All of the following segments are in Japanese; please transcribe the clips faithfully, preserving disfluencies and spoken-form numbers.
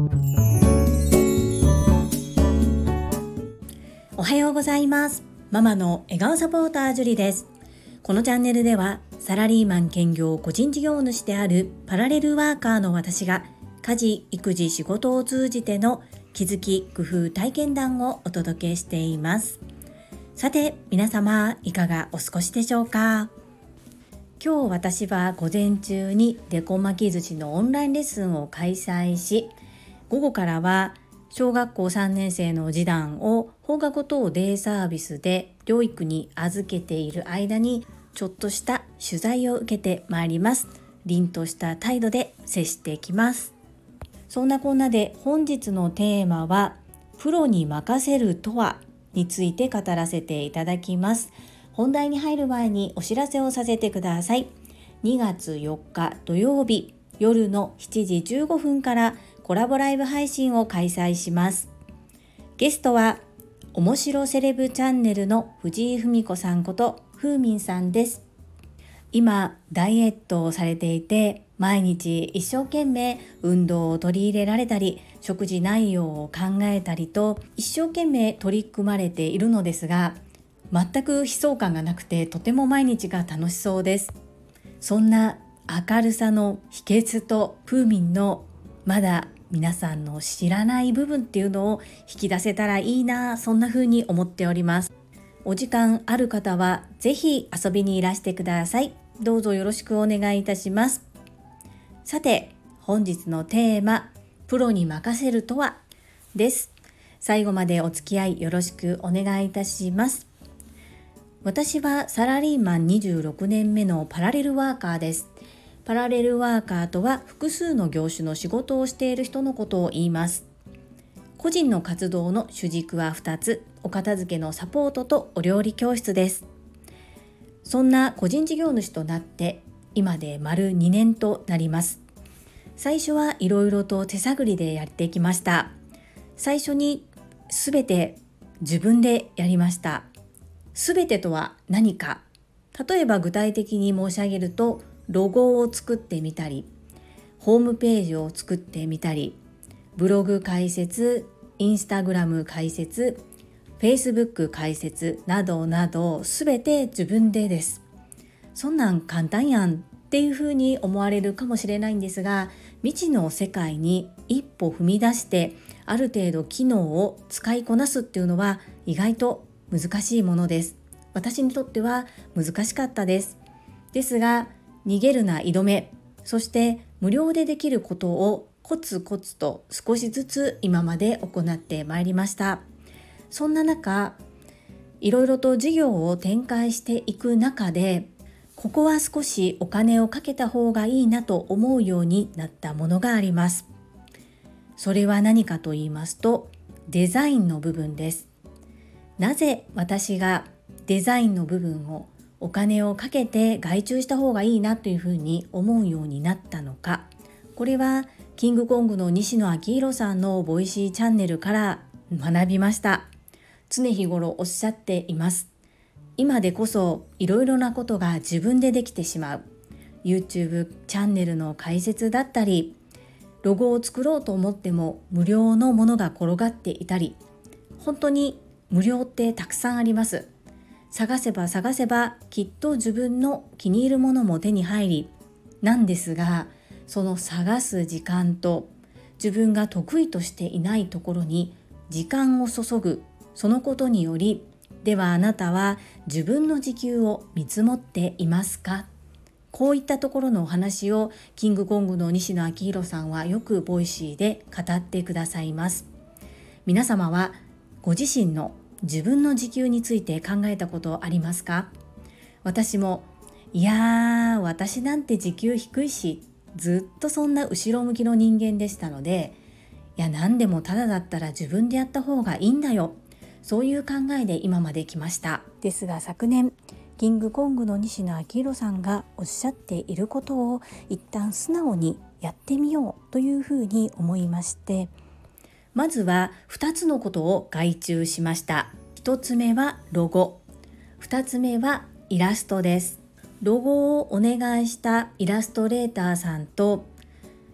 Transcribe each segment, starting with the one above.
おはようございます。ママの笑顔サポータージュリです。このチャンネルではサラリーマン兼業個人事業主であるパラレルワーカーの私が家事・育児・仕事を通じての気づき・工夫・体験談をお届けしています。さて皆様いかがお過ごしでしょうか。今日私は午前中にデコ巻き寿司のオンラインレッスンを開催し、午後からは小学校さんねん生の次男を放課後等デイサービスで療育に預けている間にちょっとした取材を受けてまいります。凛とした態度で接していきます。そんなこんなで本日のテーマはプロに任せるとはについて語らせていただきます。本題に入る前にお知らせをさせてください。にがつよっか土曜日夜のしちじじゅうごふんからコラボライブ配信を開催します。ゲストは面白セレブチャンネルの藤井文子さんことふーみんさんです。今ダイエットをされていて、毎日一生懸命運動を取り入れられたり、食事内容を考えたりと一生懸命取り組まれているのですが、全く悲壮感がなくてとても毎日が楽しそうです。そんな明るさの秘訣とふーみんのまだ皆さんの知らない部分っていうのを引き出せたらいいな、そんな風に思っております。お時間ある方はぜひ遊びにいらしてください。どうぞよろしくお願いいたします。さて本日のテーマ、プロに任せるとはです。最後までお付き合いよろしくお願いいたします。私はサラリーマンにじゅうろくねんめのパラレルワーカーです。パラレルワーカーとは複数の業種の仕事をしている人のことを言います。個人の活動の主軸はふたつ、お片付けのサポートとお料理教室です。そんな個人事業主となって今で丸にねんとなります。最初はいろいろと手探りでやってきました。最初にすべて自分でやりました。すべてとは何か。例えば具体的に申し上げると、ロゴを作ってみたり、ホームページを作ってみたり、ブログ開設、インスタグラム開設、フェイスブック開設などなどすべて自分でです。そんなん簡単やんっていうふうに思われるかもしれないんですが、未知の世界に一歩踏み出してある程度機能を使いこなすっていうのは意外と難しいものです。私にとっては難しかったです。ですが、逃げるな挑め、そして無料でできることをコツコツと少しずつ今まで行ってまいりました。そんな中、いろいろと事業を展開していく中で、ここは少しお金をかけた方がいいなと思うようになったものがあります。それは何かと言いますと、デザインの部分です。なぜ私がデザインの部分をお金をかけて外注した方がいいなというふうに思うようになったのか。これはキングコングの西野昭弘さんのボイシーチャンネルから学びました。常日頃おっしゃっています。今でこそいろいろなことが自分でできてしまう。YouTube チャンネルの開設だったり、ロゴを作ろうと思っても無料のものが転がっていたり、本当に無料ってたくさんあります。探せば探せばきっと自分の気に入るものも手に入り、なんですが、その探す時間と自分が得意としていないところに時間を注ぐ、そのことにより、ではあなたは自分の時給を見積もっていますか？こういったところのお話をキングコングの西野昭弘さんはよくボイシーで語ってくださいます。皆様はご自身の自分の時給について考えたことありますか？私もいやー私なんて時給低いし、ずっとそんな後ろ向きの人間でしたので、いや何でもただだったら自分でやった方がいいんだよ、そういう考えで今まで来ました。ですが昨年キングコングの西野昭弘さんがおっしゃっていることを一旦素直にやってみようというふうに思いまして、まずはふたつのことを外注しました。ひとつめはロゴ、ふたつめはイラストです。ロゴをお願いしたイラストレーターさんと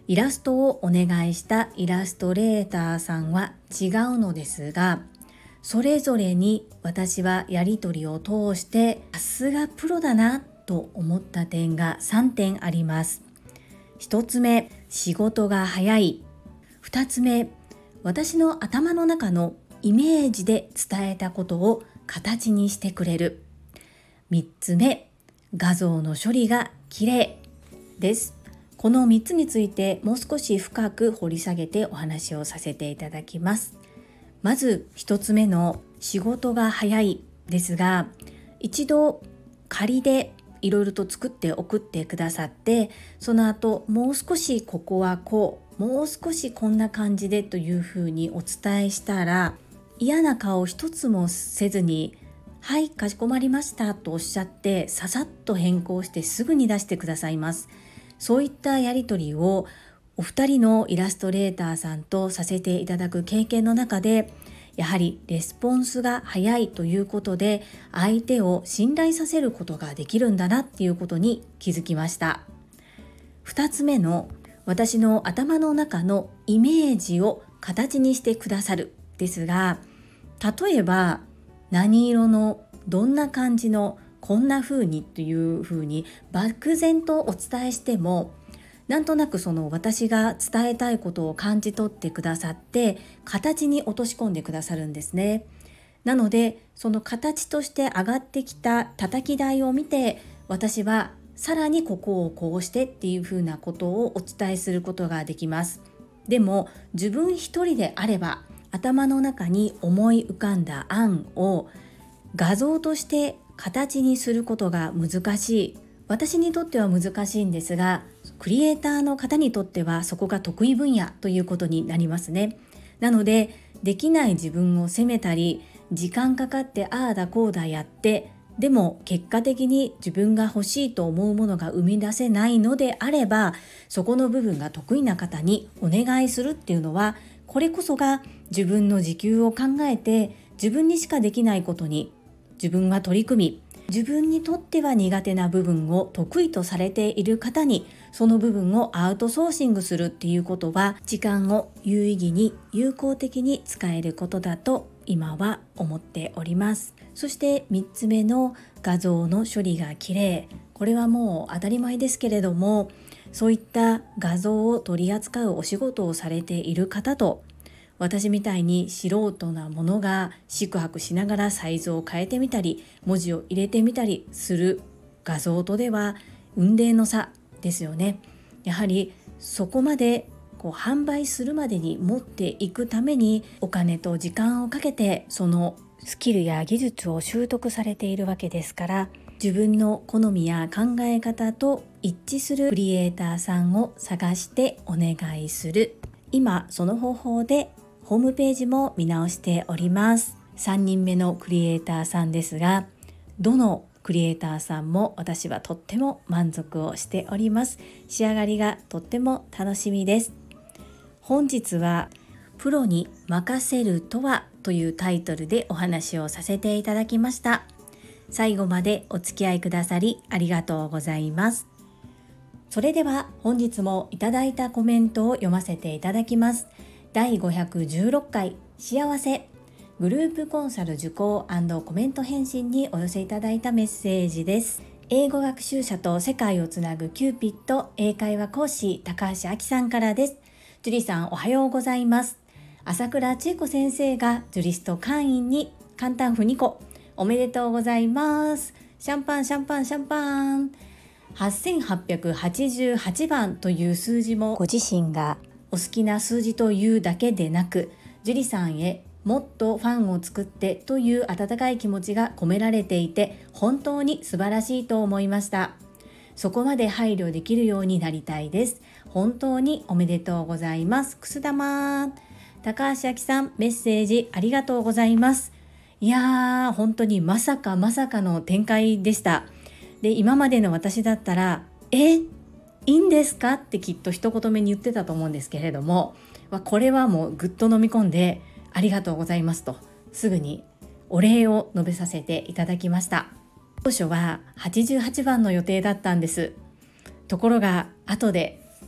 イラストをお願いしたイラストレーターさんは違うのですが、それぞれに私はやり取りを通してさすがプロだなと思った点がさんてんあります。ひとつめ、仕事が早い。ふたつめ、私の頭の中のイメージで伝えたことを形にしてくれる。みっつめ、画像の処理が綺麗です。このみっつについてもう少し深く掘り下げてお話をさせていただきます。まずひとつめの仕事が早いですが、一度仮でいろいろと作って送ってくださって、その後もう少しここはこう、もう少しこんな感じでというふうにお伝えしたら、嫌な顔一つもせずに、はい、かしこまりましたとおっしゃって、ささっと変更してすぐに出してくださいます。そういったやり取りをお二人のイラストレーターさんとさせていただく経験の中で、やはりレスポンスが早いということで、相手を信頼させることができるんだなっていうことに気づきました。二つ目の、私の頭の中のイメージを形にしてくださるですが、例えば何色のどんな感じのこんな風にという風に漠然とお伝えしても、なんとなくその私が伝えたいことを感じ取ってくださって形に落とし込んでくださるんですね。なのでその形として上がってきた叩き台を見て、私はさらにここをこうしてっていう風なことをお伝えすることができます。でも自分一人であれば、頭の中に思い浮かんだ案を画像として形にすることが難しい。私にとっては難しいんですが、クリエイターの方にとってはそこが得意分野ということになりますね。なので、できない自分を責めたり、時間かかってああだこうだやって、でも結果的に自分が欲しいと思うものが生み出せないのであれば、そこの部分が得意な方にお願いするっていうのは、これこそが自分の時給を考えて、自分にしかできないことに自分は取り組み、自分にとっては苦手な部分を得意とされている方にその部分をアウトソーシングするっていうことは、時間を有意義に有効的に使えることだと今は思っております。そしてみっつめの画像の処理が綺麗、これはもう当たり前ですけれども、そういった画像を取り扱うお仕事をされている方と、私みたいに素人なものが四苦八苦しながらサイズを変えてみたり、文字を入れてみたりする画像とでは雲泥の差ですよね。やはりそこまでこう販売するまでに持っていくためにお金と時間をかけてそのスキルや技術を習得されているわけですから、自分の好みや考え方と一致するクリエイターさんを探してお願いする。今その方法でホームページも見直しております。さんにんめのクリエイターさんですが、どのクリエイターさんも私はとっても満足をしております。仕上がりがとっても楽しみです。本日はプロに任せるとはというタイトルでお話をさせていただきました。最後までお付き合いくださりありがとうございます。それでは本日もいただいたコメントを読ませていただきます。だいごひゃくじゅうろっかい幸せグループコンサル受講&コメント返信にお寄せいただいたメッセージです。英語学習者と世界をつなぐキューピット英会話講師高橋明さんからです。ジュリさんおはようございます。朝倉千恵子先生がジュリスト会員に簡単符にこおめでとうございます。シャンパンシャンパンシャンパン。はっせんはっぴゃくはちじゅうはちばんという数字もご自身がお好きな数字というだけでなく、ジュリさんへもっとファンを作ってという温かい気持ちが込められていて、本当に素晴らしいと思いました。そこまで配慮できるようになりたいです。本当におめでとうございます。くす玉。高橋明さん、メッセージありがとうございます。いやー、本当にまさかまさかの展開でした。で、今までの私だったら、えいいんですかってきっと一言目に言ってたと思うんですけれども、これはもうぐっと飲み込んでありがとうございますとすぐにお礼を述べさせていただきました。当初ははちじゅうはちばんの予定だったんです。ところが後で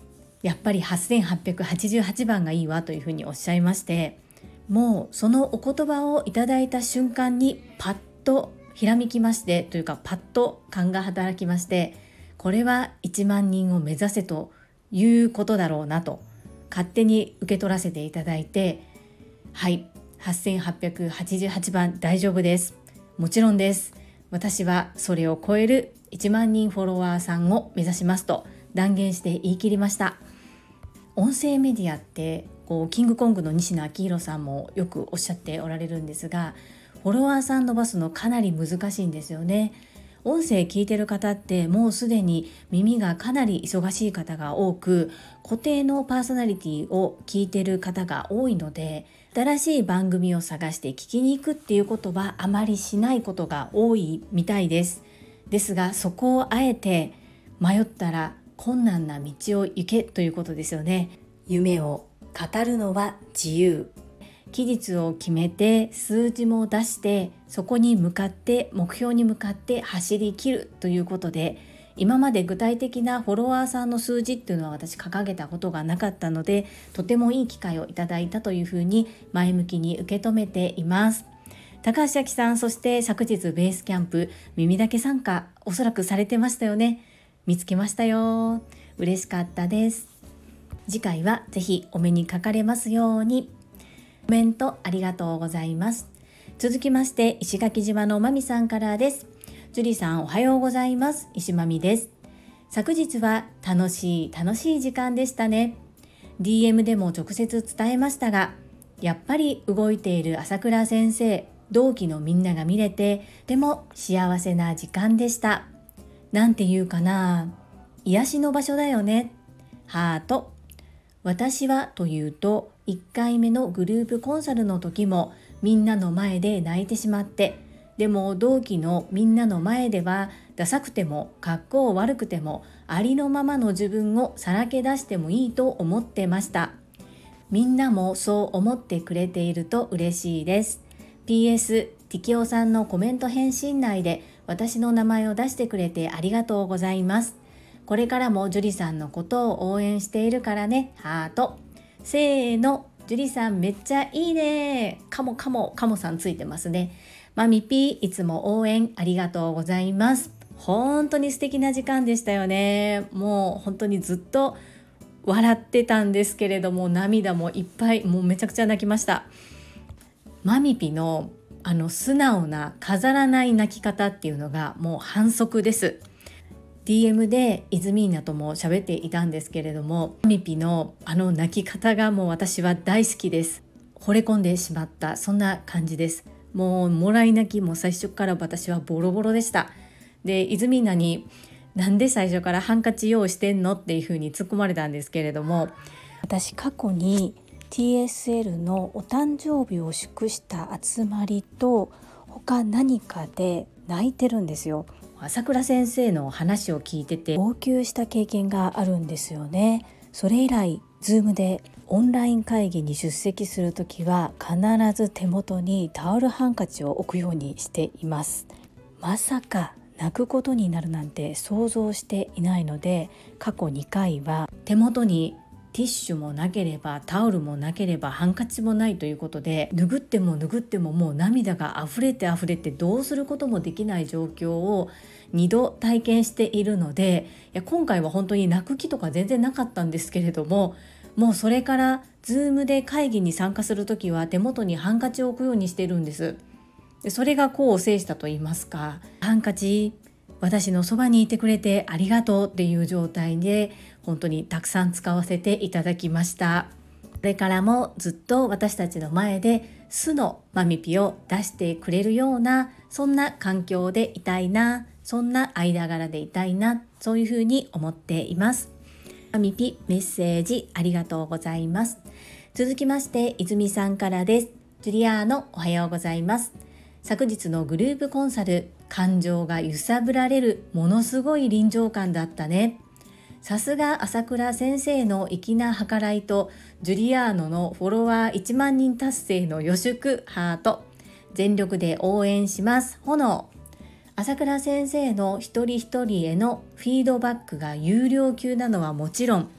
やっぱりはっせんはっぴゃくはちじゅうはちばんがいいわというふうにおっしゃいまして、もうそのお言葉をいただいた瞬間にパッとひらめきまして、というかパッと勘が働きまして、これはいちまんにんを目指せということだろうなと勝手に受け取らせていただいて、はい、はっせんはっぴゃくはちじゅうはちばん大丈夫です、もちろんです、私はそれを超えるいちまんにんフォロワーさんを目指しますと断言して言い切りました。音声メディアってこうキングコングの西野昭弘さんもよくおっしゃっておられるんですが、フォロワーさん伸ばすのかなり難しいんですよね。音声聞いてる方ってもうすでに耳がかなり忙しい方が多く、固定のパーソナリティを聞いてる方が多いので、新しい番組を探して聞きに行くっていうことはあまりしないことが多いみたいです。ですがそこをあえて迷ったら困難な道を行けということですよね。夢を語るのは自由。期日を決めて数字も出して、そこに向かって目標に向かって走り切るということで、今まで具体的なフォロワーさんの数字っていうのは私掲げたことがなかったので、とてもいい機会をいただいたというふうに前向きに受け止めています。高橋明さん、そして昨日ベースキャンプ耳だけ参加おそらくされてましたよね。見つけましたよ。嬉しかったです。次回はぜひお目にかかれますように。コメントありがとうございます。続きまして石垣島のまみさんからです。ジュリさんおはようございます。石まみです。昨日は楽しい楽しい時間でしたね。 ディーエム でも直接伝えましたが、やっぱり動いている朝倉先生、同期のみんなが見れてとても幸せな時間でした。なんていうかな、癒しの場所だよね。ハート。私はというといっかいめのグループコンサルの時もみんなの前で泣いてしまって、でも同期のみんなの前ではダサくても格好悪くてもありのままの自分をさらけ出してもいいと思ってました。みんなもそう思ってくれていると嬉しいです。 ピーエス ティキオさんのコメント返信内で私の名前を出してくれてありがとうございます。これからもジュリさんのことを応援しているからね。ハート。せーの、ジュリさんめっちゃいいね。カモカモカモさんついてますね。マミピーいつも応援ありがとうございます。本当に素敵な時間でしたよね。もう本当にずっと笑ってたんですけれども、涙もいっぱい、もうめちゃくちゃ泣きました。マミピのあの素直な飾らない泣き方っていうのがもう反則です。ディーエム でイズミーナとも喋っていたんですけれども、マミピのあの泣き方がもう私は大好きです。惚れ込んでしまった、そんな感じです。もうもらい泣きも最初から私はボロボロでした。で、イズミーナになんで最初からハンカチ用意してんのっていう風に突っ込まれたんですけれども、私過去に ティーエスエル のお誕生日を祝した集まりと他何かで泣いてるんですよ。朝倉先生の話を聞いてて号泣した経験があるんですよね。それ以来 Zoom でオンライン会議に出席するときは必ず手元にタオルハンカチを置くようにしています。まさか泣くことになるなんて想像していないので、過去にかいは手元にティッシュもなければタオルもなければハンカチもないということで、拭っても拭ってももう涙が溢れて溢れてどうすることもできない状況をにど体験しているので、いや今回は本当に泣く気とか全然なかったんですけれども、もうそれからZoomで会議に参加するときは手元にハンカチを置くようにしてるんです。でそれが功を制したと言いますか、ハンカチ私のそばにいてくれてありがとうっていう状態で本当にたくさん使わせていただきました。これからもずっと私たちの前で素のマミピを出してくれるような、そんな環境でいたいな、そんな間柄でいたいな、そういうふうに思っています。マミピメッセージありがとうございます。続きまして泉さんからです。ジュリアーノおはようございます。昨日のグループコンサル、感情が揺さぶられるものすごい臨場感だったね。さすが朝倉先生の粋な計らいとジュリアーノのフォロワーいちまんにん達成の予祝ハート。全力で応援します炎。朝倉先生の一人一人へのフィードバックが有料級なのはもちろん、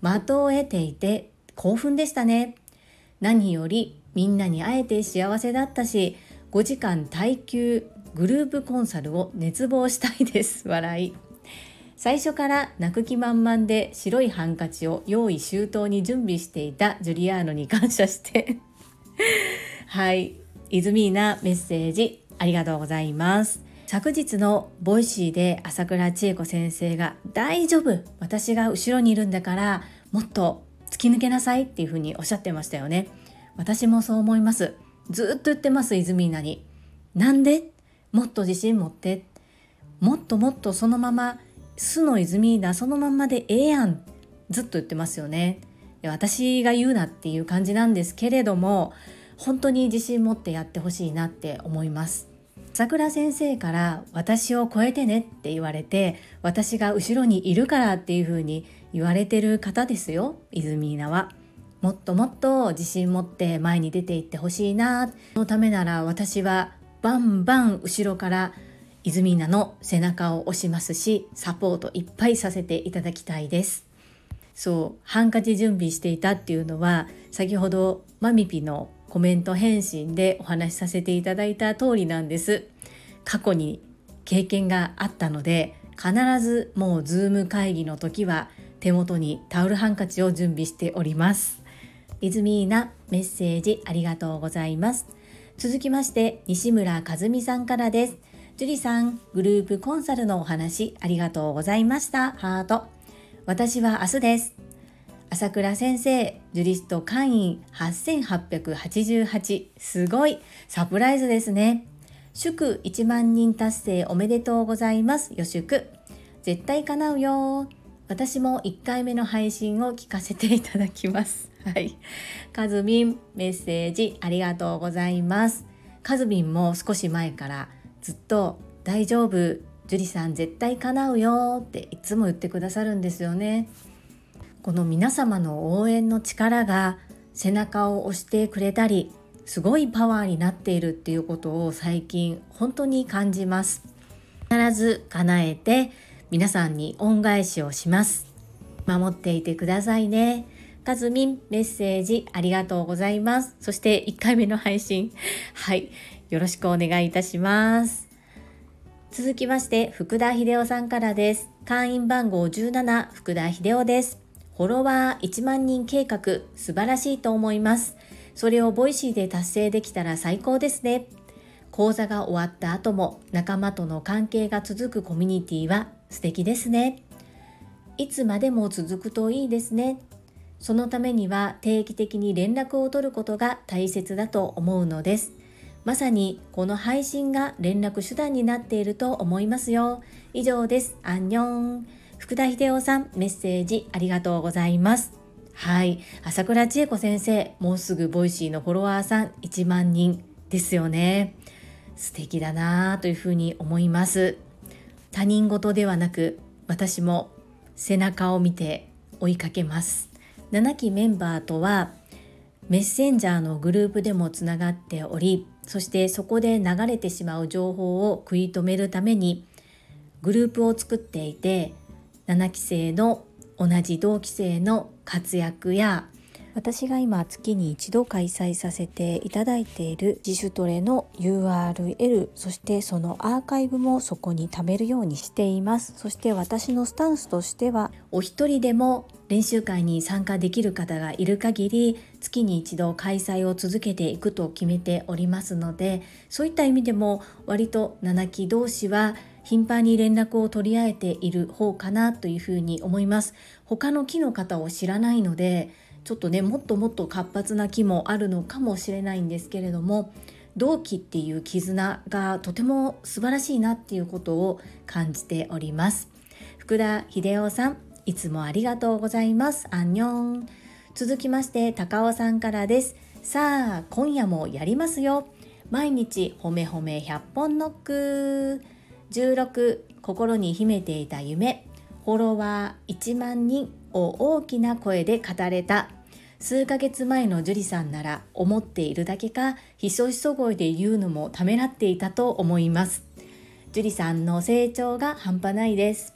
的を得ていて興奮でしたね。何よりみんなに会えて幸せだったし、ごじかん耐久グループコンサルを熱望したいです。笑い。最初から泣く気満々で白いハンカチを用意周到に準備していたジュリアーノに感謝してはい、イズミーナメッセージありがとうございます。昨日のボイシーで朝倉千恵子先生が、大丈夫、私が後ろにいるんだからもっと突き抜けなさいっていうふうにおっしゃってましたよね。私もそう思います。ずっと言ってます、イズミーナに。なんでもっと自信持って、もっともっとそのまま素のイズミーナそのままでええやん、ずっと言ってますよね。私が言うなっていう感じなんですけれども、本当に自信持ってやってほしいなって思います。桜先生から私を超えてねって言われて、私が後ろにいるからっていう風に言われてる方ですよ、イズミーナは。もっともっと自信持って前に出ていってほしいな。そのためなら私はバンバン後ろからイズミーナの背中を押しますし、サポートいっぱいさせていただきたいです。そう、ハンカチ準備していたっていうのは、先ほどマミピのコメント返信でお話しさせていただいた通りなんです。過去に経験があったので、必ずもうズーム会議の時は手元にタオルハンカチを準備しております。イズミーナメッセージありがとうございます。続きまして西村和美さんからです。ジュリさん、グループコンサルのお話ありがとうございました。ハート。私は明日です。朝倉先生、ジュリスト会員はっせんはっぴゃくはちじゅうはち、すごいサプライズですね。祝いちまん人達成おめでとうございます。よ祝。絶対叶うよ。私もいっかいめの配信を聞かせていただきます。はい。カズミン、メッセージありがとうございます。カズミンも少し前からずっと大丈夫、ジュリさん絶対叶うよっていつも言ってくださるんですよね。この皆様の応援の力が背中を押してくれたり、すごいパワーになっているっていうことを最近本当に感じます。必ず叶えて皆さんに恩返しをします。守っていてくださいね。カズミン、メッセージありがとうございます。そしていっかいめの配信、はい、よろしくお願いいたします。続きまして福田秀夫さんからです。会員番号じゅうなな、福田秀夫です。フォロワーいちまん人計画、素晴らしいと思います。それをボイシーで達成できたら最高ですね。講座が終わった後も仲間との関係が続くコミュニティは素敵ですね。いつまでも続くといいですね。そのためには定期的に連絡を取ることが大切だと思うのです。まさにこの配信が連絡手段になっていると思いますよ。以上です。アンニョン。福田秀夫さん、メッセージありがとうございます。はい、朝倉千恵子先生、もうすぐボイシーのフォロワーさんいちまん人ですよね。素敵だなというふうに思います。他人事ではなく、私も背中を見て追いかけます。ななきメンバーとはメッセンジャーのグループでもつながっており、そしてそこで流れてしまう情報を食い止めるためにグループを作っていて、ななき生の同じ同期生の活躍や、私が今月に一度開催させていただいている自主トレの ユーアールエル、そしてそのアーカイブもそこに貯めるようにしています。そして私のスタンスとしては、お一人でも練習会に参加できる方がいる限り月に一度開催を続けていくと決めておりますので、そういった意味でも割とななき同士は頻繁に連絡を取り合えている方かなというふうに思います。他の期の方を知らないので、ちょっとね、もっともっと活発な期もあるのかもしれないんですけれども、同期っていう絆がとても素晴らしいなっていうことを感じております。福田秀夫さん、いつもありがとうございます。アンニョン。続きまして高尾さんからです。さあ今夜もやりますよ。毎日ほめほめひゃっぽんノック。じゅうろく、心に秘めていた夢。フォロワーいちまん人を大きな声で語れた。数ヶ月前のジュリさんなら思っているだけかひそひそ声で言うのもためらっていたと思います。ジュリさんの成長が半端ないです。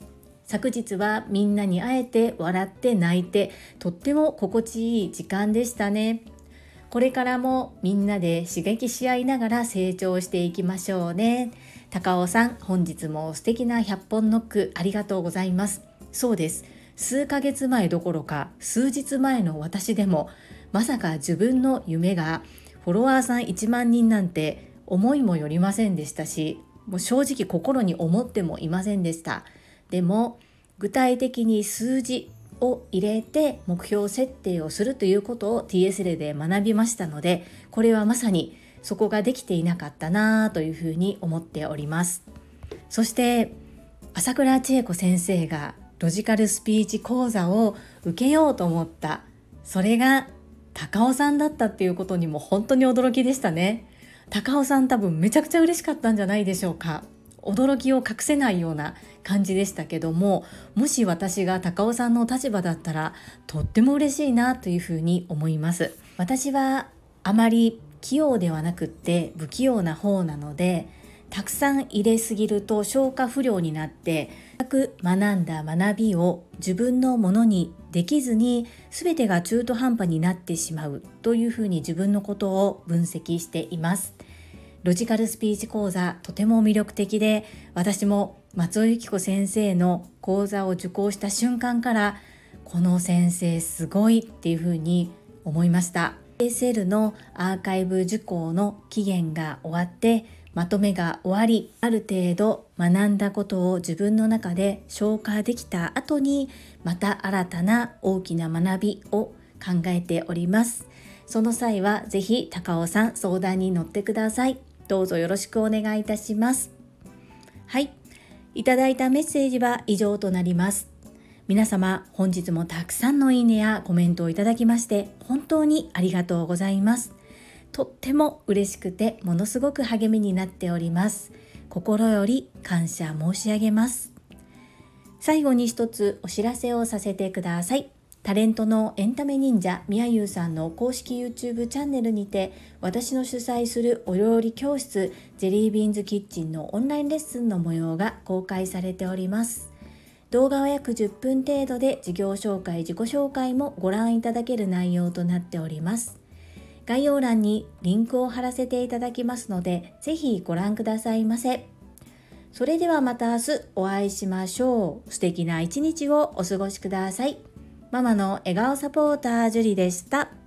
昨日はみんなに会えて笑って泣いてとっても心地いい時間でしたね。これからもみんなで刺激し合いながら成長していきましょうね。高尾さん、本日も素敵なひゃっぽんノックありがとうございます。そうです。数ヶ月前どころか数日前の私でもまさか自分の夢がフォロワーさんいちまんにんなんて思いもよりませんでしたし、もう正直心に思ってもいませんでした。でも具体的に数字を入れて目標設定をするということを ティーエスエル で学びましたので、これはまさにそこができていなかったなというふうに思っております。そして朝倉千恵子先生がロジカルスピーチ講座を受けようと思った、それが高尾さんだったっていうことにも本当に驚きでしたね。高尾さん多分めちゃくちゃ嬉しかったんじゃないでしょうか。驚きを隠せないような感じでしたけども、もし私が高尾さんの立場だったらとっても嬉しいなというふうに思います。私はあまり器用ではなくって不器用な方なので、たくさん入れすぎると消化不良になって学んだ学びを自分のものにできずに全てが中途半端になってしまうというふうに自分のことを分析しています。ロジカルスピーチ講座とても魅力的で、私も松尾由紀子先生の講座を受講した瞬間からこの先生すごいっていうふうに思いました。 ティーエスエル のアーカイブ受講の期限が終わってまとめが終わり、ある程度学んだことを自分の中で消化できた後にまた新たな大きな学びを考えております。その際はぜひ高尾さん相談に乗ってください。どうぞよろしくお願いいたします。はい、いただいたメッセージは以上となります。皆様本日もたくさんのいいねやコメントをいただきまして本当にありがとうございます。とっても嬉しくてものすごく励みになっております。心より感謝申し上げます。最後に一つお知らせをさせてください。タレントのエンタメ忍者みやゆうさんの公式 YouTube チャンネルにて私の主催するお料理教室ジェリービーンズキッチンのオンラインレッスンの模様が公開されております。動画は約じゅっぷん程度で事業紹介自己紹介もご覧いただける内容となっております。概要欄にリンクを貼らせていただきますのでぜひご覧くださいませ。それではまた明日お会いしましょう。素敵な一日をお過ごしください。ママの笑顔サポータージュリでした。